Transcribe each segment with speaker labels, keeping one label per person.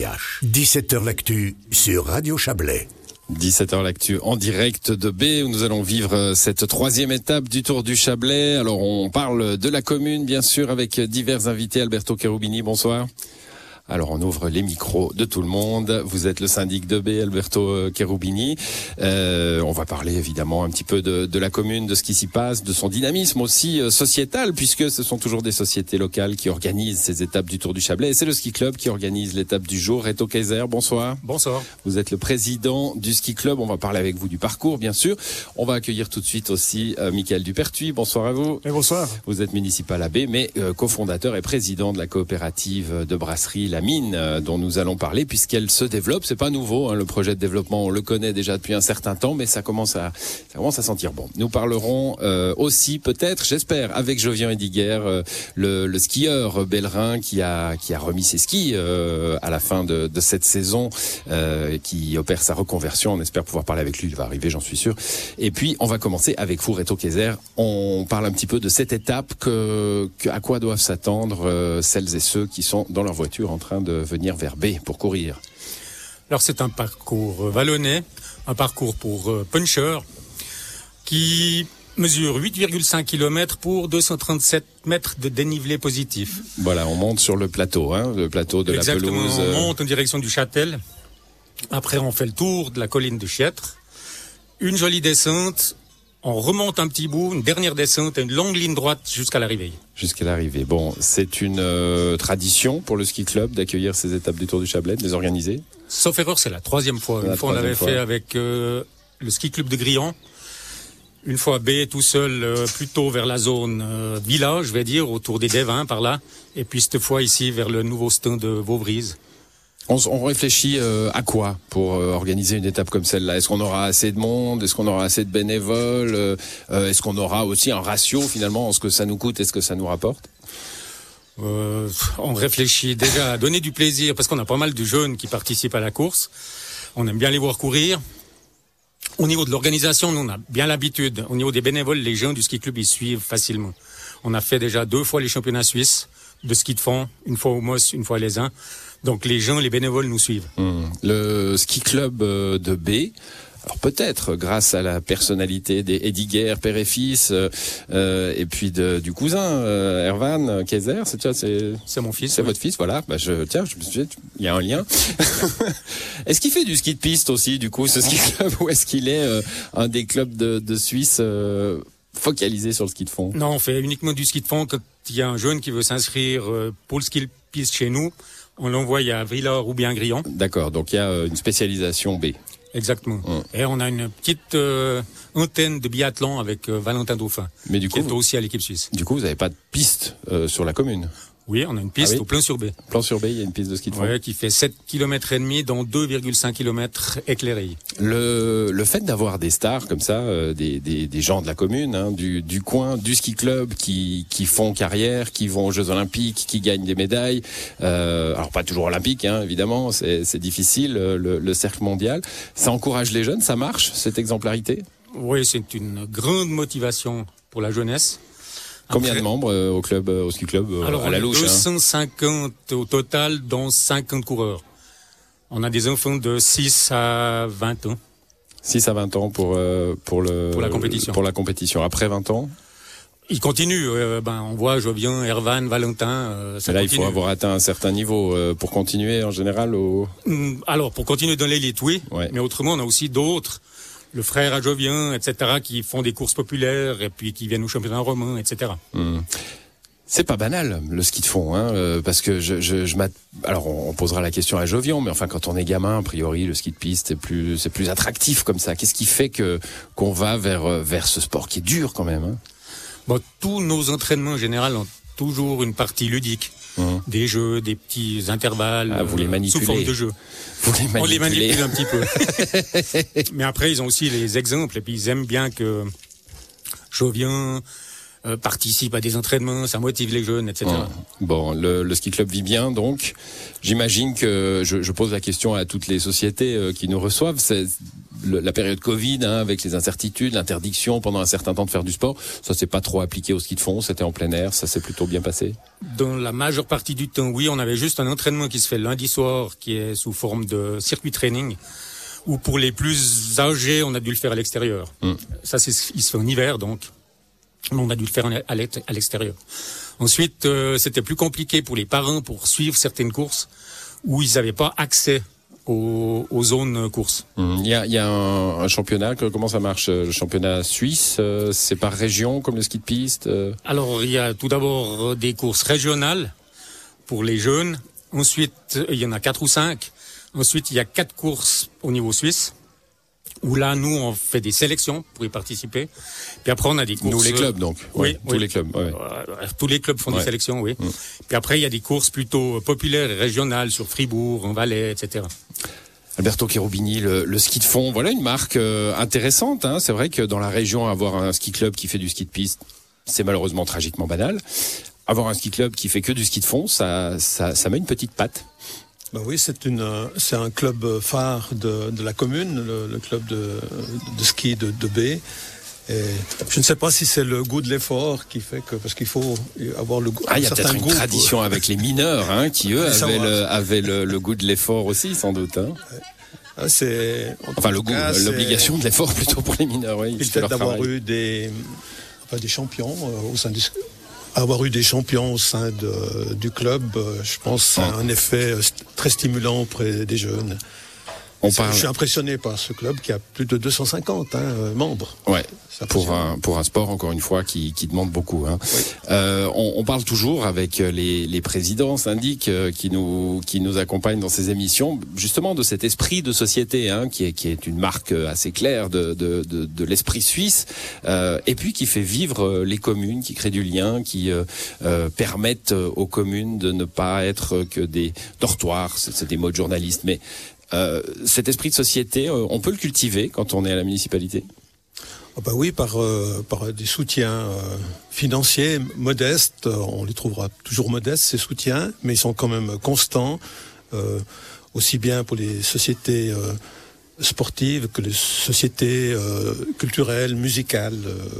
Speaker 1: 17h l'actu sur Radio Chablais.
Speaker 2: 17h l'actu en direct de B où nous allons vivre cette troisième étape du Tour du Chablais. Alors on parle de la commune bien sûr avec divers invités. Alberto Cherubini, bonsoir. Alors on ouvre les micros de tout le monde. Vous êtes le syndic de B, Alberto Cherubini. On va parler évidemment un petit peu de la commune, de ce qui s'y passe, de son dynamisme aussi sociétal, puisque ce sont toujours des sociétés locales qui organisent ces étapes du Tour du Chablais. Et c'est le ski club qui organise l'étape du jour. Reto Kayser, bonsoir.
Speaker 3: Bonsoir.
Speaker 2: Vous êtes le président du ski club. On va parler avec vous du parcours, bien sûr. On va accueillir tout de suite aussi Michael Dupertuis. Bonsoir à vous.
Speaker 3: Et bonsoir.
Speaker 2: Vous êtes municipal à B, mais cofondateur et président de la coopérative de brasserie La Mine, dont nous allons parler, puisqu'elle se développe. C'est pas nouveau, hein, le projet de développement, on le connaît déjà depuis un certain temps, mais ça commence à sentir bon. Nous parlerons aussi, peut-être, j'espère, avec Jovian Ediguer, le skieur bellerin qui a remis ses skis à la fin de cette saison, qui opère sa reconversion. On espère pouvoir parler avec lui, il va arriver, j'en suis sûr. Et puis, on va commencer avec vous, Reto Kayser. On parle un petit peu de cette étape, à quoi doivent s'attendre celles et ceux qui sont dans leur voiture en train de venir vers B pour courir.
Speaker 3: Alors c'est un parcours vallonné, un parcours pour puncher qui mesure 8,5 km pour 237 mètres de dénivelé positif.
Speaker 2: Voilà, on monte sur le plateau, le plateau de
Speaker 3: Exactement,
Speaker 2: la pelouse.
Speaker 3: On monte en direction du Châtel. Après on fait le tour de la colline de Chiètre. Une jolie descente. On remonte un petit bout, une dernière descente et une longue ligne droite jusqu'à l'arrivée.
Speaker 2: Jusqu'à l'arrivée. Bon, c'est une tradition pour le ski club d'accueillir ces étapes du Tour du Chablais, de les organiser.
Speaker 3: Sauf erreur, c'est la troisième fois. Une fois, on l'avait fait avec le ski club de Griand. Une fois B, tout seul, plutôt vers la zone village, je vais dire, autour des Devins, par là. Et puis cette fois ici, vers le nouveau stand de Vauvrise.
Speaker 2: On réfléchit à quoi pour organiser une étape comme celle-là? Est-ce qu'on aura assez de monde? Est-ce qu'on aura assez de bénévoles? Est-ce qu'on aura aussi un ratio finalement en ce que ça nous coûte et ce que ça nous rapporte?
Speaker 3: On réfléchit déjà à donner du plaisir parce qu'on a pas mal de jeunes qui participent à la course. On aime bien les voir courir. Au niveau de l'organisation, nous on a bien l'habitude. Au niveau des bénévoles, les jeunes du ski club ils suivent facilement. On a fait déjà 2 fois les championnats suisses de ski de fond, une fois au Moss, une fois à l'Aisin. Donc les gens, les bénévoles nous suivent.
Speaker 2: Le ski club de B, alors peut-être grâce à la personnalité des Ediguer, père et fils, et puis du cousin Ervan Kayser,
Speaker 3: c'est mon fils.
Speaker 2: C'est votre fils, voilà. Je me suis dit, il y a un lien. Est-ce qu'il fait du ski de piste aussi, du coup, ce ski club, ou est-ce qu'il est un des clubs de Suisse focalisé sur le ski de fond?
Speaker 3: Non, on fait uniquement du ski de fond. Quand il y a un jeune qui veut s'inscrire pour le ski de piste chez nous, on l'envoie à Villars ou bien Griand.
Speaker 2: D'accord, donc il y a une spécialisation B.
Speaker 3: Exactement. Et on a une petite antenne de biathlon avec Valentin Dauphin,
Speaker 2: mais du coup,
Speaker 3: qui est aussi à l'équipe suisse.
Speaker 2: Du coup, vous n'avez pas de piste sur la commune?
Speaker 3: Oui, on a une piste au Plan-sur-B.
Speaker 2: Plan-sur-B, il y a une piste de ski de fond.
Speaker 3: Ouais, qui fait 7,5 km dont 2,5 km éclairés.
Speaker 2: Le fait d'avoir des stars comme ça, des gens de la commune, du coin, du ski club qui font carrière, qui vont aux Jeux Olympiques, qui gagnent des médailles, alors pas toujours olympiques, évidemment, c'est difficile, le cercle mondial. Ça encourage les jeunes, ça marche, cette exemplarité?
Speaker 3: Oui, c'est une grande motivation pour la jeunesse.
Speaker 2: Combien de membres au club, au ski club,
Speaker 3: alors,
Speaker 2: à la louche?
Speaker 3: 250 au total, dont 50 coureurs. On a des enfants de 6 à 20 ans.
Speaker 2: 6 à 20 ans pour la compétition. Pour la compétition. Après 20 ans?
Speaker 3: Ils continuent. On voit Jovian, Ervan, Valentin.
Speaker 2: Ça là, continue. Il faut avoir atteint un certain niveau pour continuer en général
Speaker 3: Alors, pour continuer dans l'élite, oui.
Speaker 2: Ouais.
Speaker 3: Mais autrement, on a aussi d'autres. Le frère à Jovian, etc., qui font des courses populaires et puis qui viennent au championnat romain, etc.
Speaker 2: C'est pas banal le ski de fond, parce que alors on posera la question à Jovian, mais enfin quand on est gamin, a priori le ski de piste c'est plus attractif comme ça. Qu'est-ce qui fait qu'on va vers ce sport qui est dur quand même?
Speaker 3: Tous nos entraînements en général ont toujours une partie ludique. Des jeux, des petits intervalles,
Speaker 2: vous les manipulez.
Speaker 3: Sous forme de jeu.
Speaker 2: On
Speaker 3: les manipule un petit peu. Mais après, ils ont aussi les exemples, et puis ils aiment bien que Jovian participe à des entraînements, ça motive les jeunes, etc.
Speaker 2: Bon, le ski club vit bien, donc j'imagine que je pose la question à toutes les sociétés qui nous reçoivent, la période Covid, hein, avec les incertitudes, l'interdiction pendant un certain temps de faire du sport, ça s'est pas trop appliqué au ski de fond, c'était en plein air, ça s'est plutôt bien passé.
Speaker 3: Dans la majeure partie du temps, oui, on avait juste un entraînement qui se fait lundi soir, qui est sous forme de circuit training, ou pour les plus âgés, on a dû le faire à l'extérieur. Ça, il se fait en hiver, donc on a dû le faire à l'extérieur. Ensuite, c'était plus compliqué pour les parents pour suivre certaines courses où ils n'avaient pas accès aux zones courses.
Speaker 2: Il y a un championnat, comment ça marche? Le championnat suisse, c'est par région comme le ski de piste?
Speaker 3: Alors, il y a tout d'abord des courses régionales pour les jeunes. Ensuite, il y en a 4 ou 5. Ensuite, il y a 4 courses au niveau suisse, où là, nous, on fait des sélections pour y participer. Puis après, on a des courses...
Speaker 2: Nous, les clubs, donc.
Speaker 3: Oui,
Speaker 2: tous les clubs. Ouais.
Speaker 3: Tous les clubs font des sélections, oui. Puis après, il y a des courses plutôt populaires et régionales sur Fribourg, en Valais, etc.
Speaker 2: Alberto Cherubini, le ski de fond, voilà une marque intéressante. Hein. C'est vrai que dans la région, avoir un ski club qui fait du ski de piste, c'est malheureusement tragiquement banal. Avoir un ski club qui fait que du ski de fond, ça met une petite patte.
Speaker 4: Ben oui, c'est un club phare de la commune, le club de ski de B. Et je ne sais pas si c'est le goût de l'effort qui fait que, parce qu'il faut avoir le goût.
Speaker 2: Il y a peut-être une tradition avec les mineurs, hein, qui eux avaient le goût de l'effort aussi, sans doute. Hein. L'obligation de l'effort plutôt pour les mineurs, oui.
Speaker 4: Le fait d'avoir eu des champions au sein du. Avoir eu des champions au sein du club, je pense, c'est un effet très stimulant auprès des jeunes. Je suis impressionné par ce club qui a plus de 250 membres.
Speaker 2: Ouais. Pour un sport, encore une fois, qui demande beaucoup. Hein. Oui. On parle toujours avec les présidents, syndics qui nous accompagnent dans ces émissions, justement de cet esprit de société, hein, qui est une marque assez claire de l'esprit suisse, et puis qui fait vivre les communes, qui crée du lien, qui permettent aux communes de ne pas être que des dortoirs. C'est des mots de journalistes, mais cet esprit de société, on peut le cultiver quand on est à la municipalité?
Speaker 4: Oui, par des soutiens financiers modestes. On les trouvera toujours modestes, ces soutiens, mais ils sont quand même constants, aussi bien pour les sociétés sportives que les sociétés culturelles, musicales.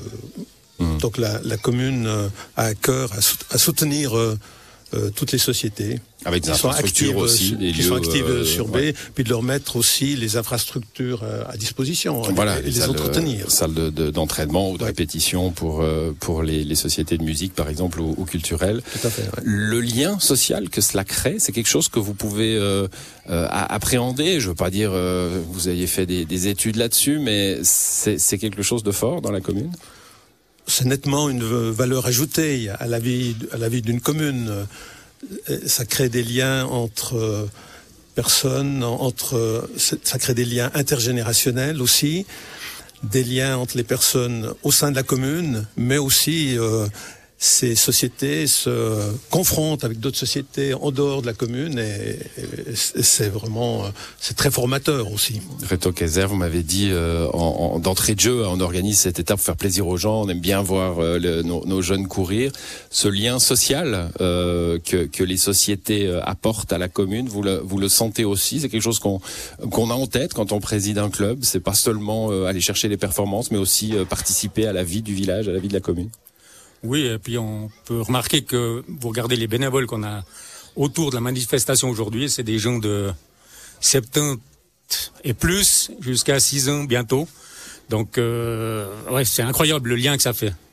Speaker 4: Donc la commune a à cœur à soutenir toutes les sociétés.
Speaker 2: Avec des infrastructures aussi,
Speaker 4: qui sont actives sur B, puis de leur mettre aussi les infrastructures à disposition, et les entretenir.
Speaker 2: Salles d'entraînement ou de répétition pour les sociétés de musique, par exemple, ou culturelles.
Speaker 4: Tout à fait. Ouais.
Speaker 2: Le lien social que cela crée, c'est quelque chose que vous pouvez appréhender. Je veux pas dire vous ayez fait des études là-dessus, mais c'est quelque chose de fort dans la commune.
Speaker 4: C'est nettement une valeur ajoutée à la vie d'une commune. Ça crée des liens entre personnes, ça crée des liens intergénérationnels aussi, des liens entre les personnes au sein de la commune, mais aussi ces sociétés se confrontent avec d'autres sociétés en dehors de la commune et c'est très formateur aussi.
Speaker 2: Reto Kayser, vous m'avez dit d'entrée de jeu, on organise cette étape pour faire plaisir aux gens, on aime bien voir nos jeunes courir. Ce lien social que les sociétés apportent à la commune, vous le sentez aussi? C'est quelque chose qu'on a en tête quand on préside un club. C'est pas seulement aller chercher les performances, mais aussi participer à la vie du village, à la vie de la commune.
Speaker 3: Oui, et puis on peut remarquer que vous regardez les bénévoles qu'on a autour de la manifestation aujourd'hui, c'est des gens de 70 et plus, jusqu'à 6 ans bientôt. Donc, c'est incroyable le lien que ça fait.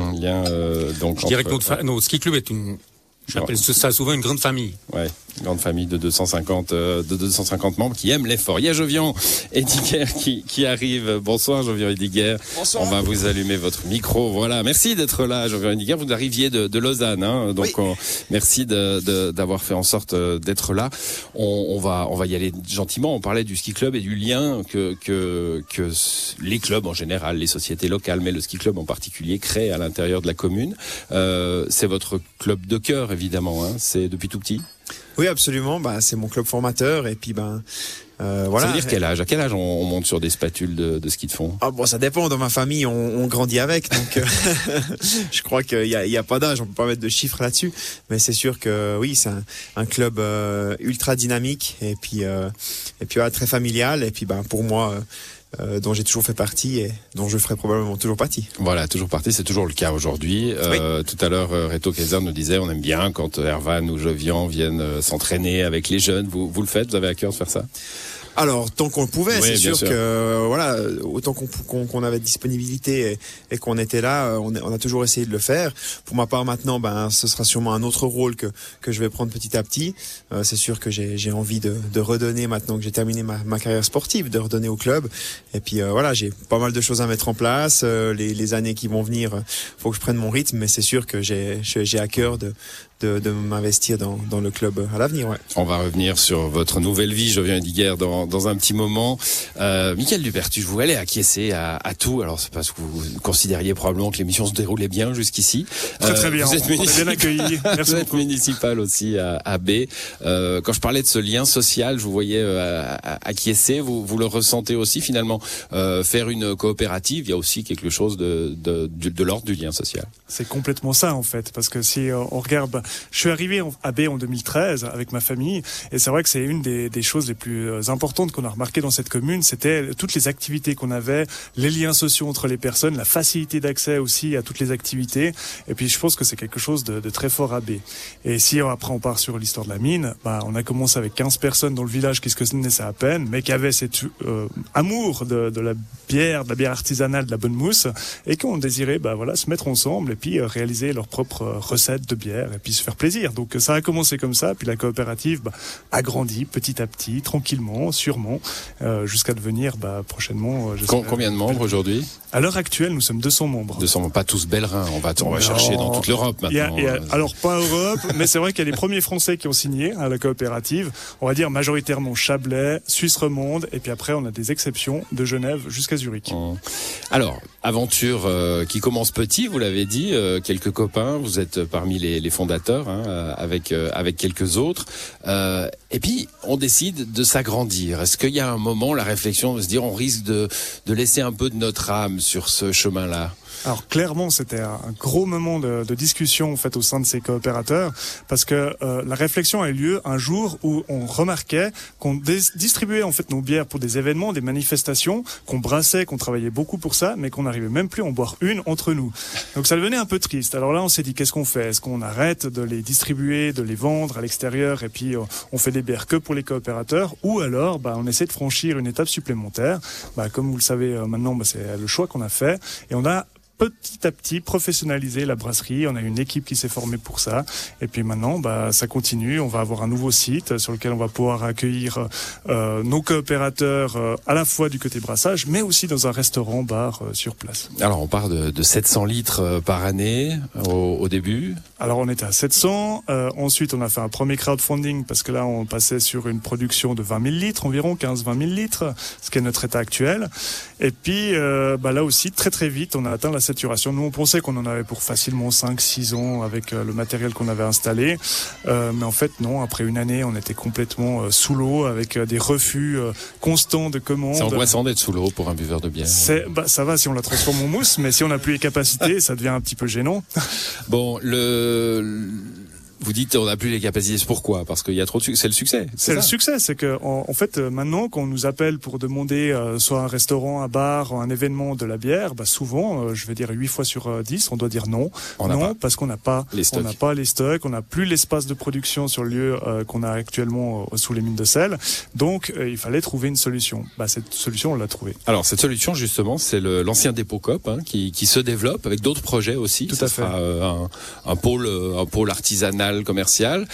Speaker 3: Je dirais que notre ski club est j'appelle ça souvent une grande famille.
Speaker 2: Ouais, une grande famille de 250 membres qui aiment l'effort. Il y a Jovian Ediger qui arrive. Bonsoir Jovian Ediger.
Speaker 5: Bonsoir.
Speaker 2: On va vous allumer votre micro. Voilà, merci d'être là Jovian Ediger. Vous arriviez de Lausanne, hein, donc oui. Merci d'avoir fait en sorte d'être là. On va y aller gentiment. On parlait du ski club et du lien que les clubs en général, les sociétés locales, mais le ski club en particulier créent à l'intérieur de la commune. C'est votre club de cœur, évidemment, hein. C'est depuis tout petit?
Speaker 5: Oui, absolument. C'est mon club formateur et puis voilà.
Speaker 2: Ça veut dire quel âge? À quel âge on monte sur des spatules de ski de fond?
Speaker 5: Ça dépend. Dans ma famille, on grandit avec, donc je crois qu'il y a pas d'âge. On peut pas mettre de chiffres là-dessus, mais c'est sûr que oui, c'est un club ultra dynamique et puis très familial. Et puis pour moi, dont j'ai toujours fait partie et dont je ferai probablement toujours partie.
Speaker 2: Voilà, toujours partie, c'est toujours le cas aujourd'hui.
Speaker 5: Oui.
Speaker 2: Tout à l'heure, Reto Kaiser nous disait, on aime bien quand Erwan ou Jovian viennent s'entraîner avec les jeunes. Vous le faites, vous avez à cœur de faire ça?
Speaker 5: Alors, tant qu'on le pouvait,
Speaker 2: oui,
Speaker 5: c'est sûr
Speaker 2: sûr
Speaker 5: que voilà, autant qu'on avait de disponibilité et qu'on était là, on a toujours essayé de le faire. Pour ma part, maintenant, ce sera sûrement un autre rôle que je vais prendre petit à petit. C'est sûr que j'ai envie de redonner maintenant que j'ai terminé ma carrière sportive, de redonner au club. Et puis voilà, j'ai pas mal de choses à mettre en place. Les années qui vont venir, faut que je prenne mon rythme, mais c'est sûr que j'ai à cœur de m'investir dans le club à l'avenir. Ouais.
Speaker 2: On va revenir sur votre nouvelle vie, Jovian Hédiguer, dans un petit moment. Michael Dubertus, vous allez acquiescer à tout. Alors c'est parce que vous considériez probablement que l'émission se déroulait bien jusqu'ici.
Speaker 6: Très bien,
Speaker 2: vous êtes
Speaker 6: on est bien accueillis. Merci
Speaker 2: vous êtes
Speaker 6: beaucoup.
Speaker 2: municipal aussi à B. Quand je parlais de ce lien social, je vous voyais acquiescer. Vous le ressentez aussi finalement. Faire une coopérative, il y a aussi quelque chose de l'ordre du lien social.
Speaker 6: C'est complètement ça en fait, parce que si on regarde, je suis arrivé à B en 2013 avec ma famille, et c'est vrai que c'est une des choses les plus importantes qu'on a remarqué dans cette commune, c'était toutes les activités qu'on avait, les liens sociaux entre les personnes, la facilité d'accès aussi à toutes les activités, et puis je pense que c'est quelque chose de très fort à B. Et si après on part sur l'histoire de la mine, on a commencé avec 15 personnes dans le village qui se connaissaient à peine, mais qui avaient cet amour de la bière artisanale, de la bonne mousse, et qui ont désiré se mettre ensemble et puis réaliser leurs propres recettes de bière et puis se faire plaisir. Donc ça a commencé comme ça, puis la coopérative a grandi petit à petit, tranquillement, sûrement, jusqu'à devenir prochainement...
Speaker 2: Combien de membres aujourd'hui?
Speaker 6: À l'heure actuelle, nous sommes 200 membres.
Speaker 2: 200, pas tous Bellerins, on va chercher dans toute l'Europe maintenant.
Speaker 6: Alors pas Europe, mais c'est vrai qu'il y a les premiers Français qui ont signé à la coopérative. On va dire majoritairement Chablais, Suisse romande, et puis après on a des exceptions de Genève jusqu'à Zurich.
Speaker 2: Alors, aventure qui commence petit, vous l'avez dit, quelques copains, vous êtes parmi les fondateurs, avec quelques autres, et puis on décide de s'agrandir. Est-ce qu'il y a un moment, la réflexion de se dire on risque de laisser un peu de notre âme sur ce chemin-là?
Speaker 6: Alors clairement, c'était un gros moment de discussion en fait au sein de ces coopérateurs, parce que la réflexion a eu lieu un jour où on remarquait qu'on distribuait en fait nos bières pour des événements, des manifestations, qu'on brassait, qu'on travaillait beaucoup pour ça, mais qu'on n'arrivait même plus à en boire une entre nous. Donc ça devenait un peu triste. Alors là, on s'est dit qu'est-ce qu'on fait? Est-ce qu'on arrête de les distribuer, de les vendre à l'extérieur, et puis on fait des bières que pour les coopérateurs, ou alors on essaie de franchir une étape supplémentaire. Comme vous le savez maintenant, c'est le choix qu'on a fait, et on a petit à petit professionnaliser la brasserie. On a une équipe qui s'est formée pour ça. Et puis maintenant, ça continue. On va avoir un nouveau site sur lequel on va pouvoir accueillir nos coopérateurs à la fois du côté brassage, mais aussi dans un restaurant-bar sur place.
Speaker 2: Alors, on part de 700 litres par année au début.
Speaker 6: Alors, on était à 700. Ensuite, on a fait un premier crowdfunding parce que là, on passait sur une production de 20 000 litres, environ 15-20 000 litres, ce qui est notre état actuel. Et puis, là aussi, très très vite, on a atteint la saturation. Nous, on pensait qu'on en avait pour facilement 5-6 ans avec le matériel qu'on avait installé. Mais en fait, non. Après une année, on était complètement sous l'eau avec des refus constants de commandes.
Speaker 2: C'est angoissant d'être sous l'eau pour un buveur de bière.
Speaker 6: Ça va si on la transforme en mousse, mais si on n'a plus les capacités, ça devient un petit peu gênant.
Speaker 2: Bon, vous dites on n'a plus les capacités, c'est pourquoi? Parce qu'il y a trop de succès. C'est le succès.
Speaker 6: C'est le succès, c'est que en fait maintenant quand on nous appelle pour demander soit un restaurant, un bar, un événement de la bière, souvent je vais dire 8 fois sur 10, on doit dire non. Parce qu'on n'a pas les stocks, on n'a plus l'espace de production sur le lieu qu'on a actuellement sous les mines de sel. Donc il fallait trouver une solution. Cette solution on l'a trouvée.
Speaker 2: Alors cette solution justement, c'est l'ancien dépôt Coop qui se développe avec d'autres projets aussi.
Speaker 6: Tout à fait.
Speaker 2: Un pôle artisanal, commercial,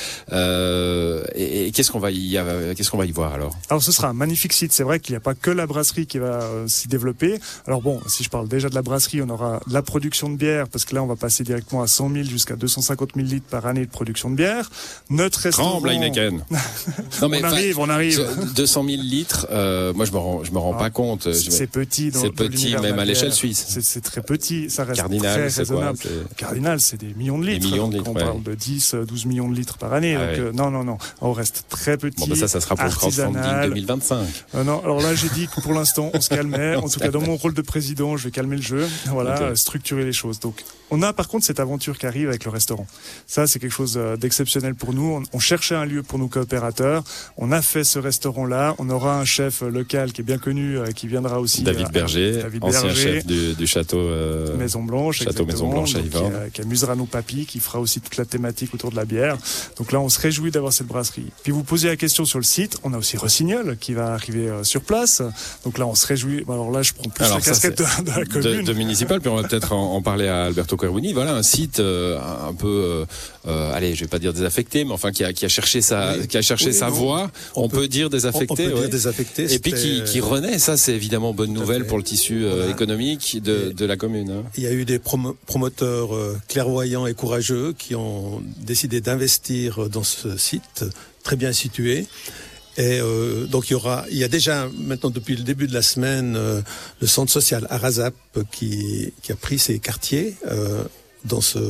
Speaker 2: et qu'est-ce qu'on va y voir alors?
Speaker 6: Alors ce sera un magnifique site. C'est vrai qu'il n'y a pas que la brasserie qui va s'y développer. Alors bon, si je parle déjà de la brasserie, on aura de la production de bière, parce que là on va passer directement à 100 000 jusqu'à 250 000 litres par année de production de bière. Notre restaurant...
Speaker 2: Tremble Heineken. Non, mais
Speaker 6: on arrive.
Speaker 2: 200 000 litres, moi je me rends pas compte.
Speaker 6: C'est petit.
Speaker 2: C'est petit même à l'échelle suisse.
Speaker 6: C'est très petit, ça reste
Speaker 2: Cardinal,
Speaker 6: très raisonnable. Cardinal, c'est des millions de litres. On parle de 10-12 millions de litres par année. Donc, non, on reste très petit.
Speaker 2: Bon, ça sera pour le crowdfunding 2025.
Speaker 6: Non, alors là, j'ai dit que pour l'instant, on se calmait. En tout cas, dans mon rôle de président, je vais calmer le jeu. Voilà, structurer les choses. Donc, On a par contre cette aventure qui arrive avec le restaurant. Ça, c'est quelque chose d'exceptionnel pour nous. On cherchait un lieu pour nos coopérateurs. On a fait ce restaurant-là. On aura un chef local qui est bien connu, qui viendra aussi.
Speaker 2: David Berger, ancien chef du château
Speaker 6: Maison Blanche,
Speaker 2: château Maison Blanche à Yvonne,
Speaker 6: qui amusera nos papis, qui fera aussi toute la thématique autour de la bière. Donc là, on se réjouit d'avoir cette brasserie. Puis vous posez la question sur le site. On a aussi Rossignol qui va arriver sur place. Donc là, on se réjouit. Alors là, je prends plus la casquette de la commune.
Speaker 2: De municipal, puis on va peut-être en parler à Alberto Carboni. Voilà un site un peu, allez, je vais pas dire désaffecté, mais enfin qui a cherché sa voie. On peut dire désaffecté.
Speaker 4: On peut dire désaffecté.
Speaker 2: Et puis qui renaît. Ça, c'est évidemment bonne nouvelle pour le tissu économique de la commune. Hein.
Speaker 4: Il y a eu des promoteurs clairvoyants et courageux qui ont décidé d'investir dans ce site très bien situé. Et donc il y a déjà maintenant depuis le début de la semaine le centre social Arasap qui a pris ses quartiers dans ce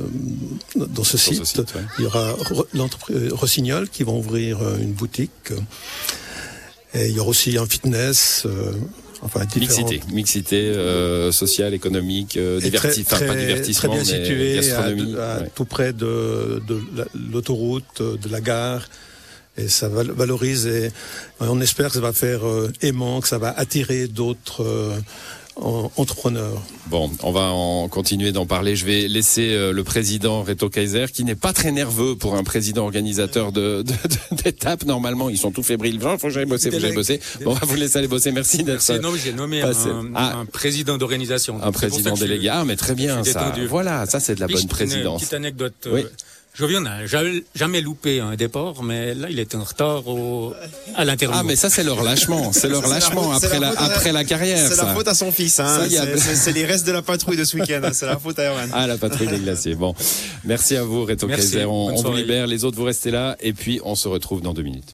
Speaker 4: site.
Speaker 2: Ouais.
Speaker 4: Il y aura l'entreprise Rossignol qui va ouvrir une boutique. Et il y aura aussi un fitness.
Speaker 2: Mixité sociale, économique, pas divertissement,
Speaker 4: très bien situé,
Speaker 2: gastronomie.
Speaker 4: Tout près de l'autoroute, de la gare. Et ça valorise et on espère que ça va faire aimant, que ça va attirer d'autres entrepreneurs.
Speaker 2: Bon, on va en continuer d'en parler. Je vais laisser le président Reto Kaiser, qui n'est pas très nerveux pour un président organisateur d'étapes. Normalement, ils sont tout fébriles. Faut que j'aille bosser. Bon, on va vous laisser aller bosser. Merci d'être.
Speaker 3: Non, j'ai nommé un président d'organisation.
Speaker 2: Un président délégué. Ah, mais très bien, ça. Voilà, ça c'est de la bonne présidence.
Speaker 3: Petite anecdote.
Speaker 2: Oui.
Speaker 3: Jovian n'a jamais loupé un départ, mais là, il était en retard à l'interview.
Speaker 2: Ah, mais ça, c'est leur lâchement. C'est leur lâchement après la carrière.
Speaker 5: C'est la faute à son fils, hein. C'est les restes de la patrouille de ce week-end. Hein. C'est la faute à Erwan.
Speaker 2: Ah, la patrouille des glaciers. Bon. Merci à vous, Reto Kaiser. On vous libère. Les autres, vous restez là. Et puis, on se retrouve dans 2 minutes.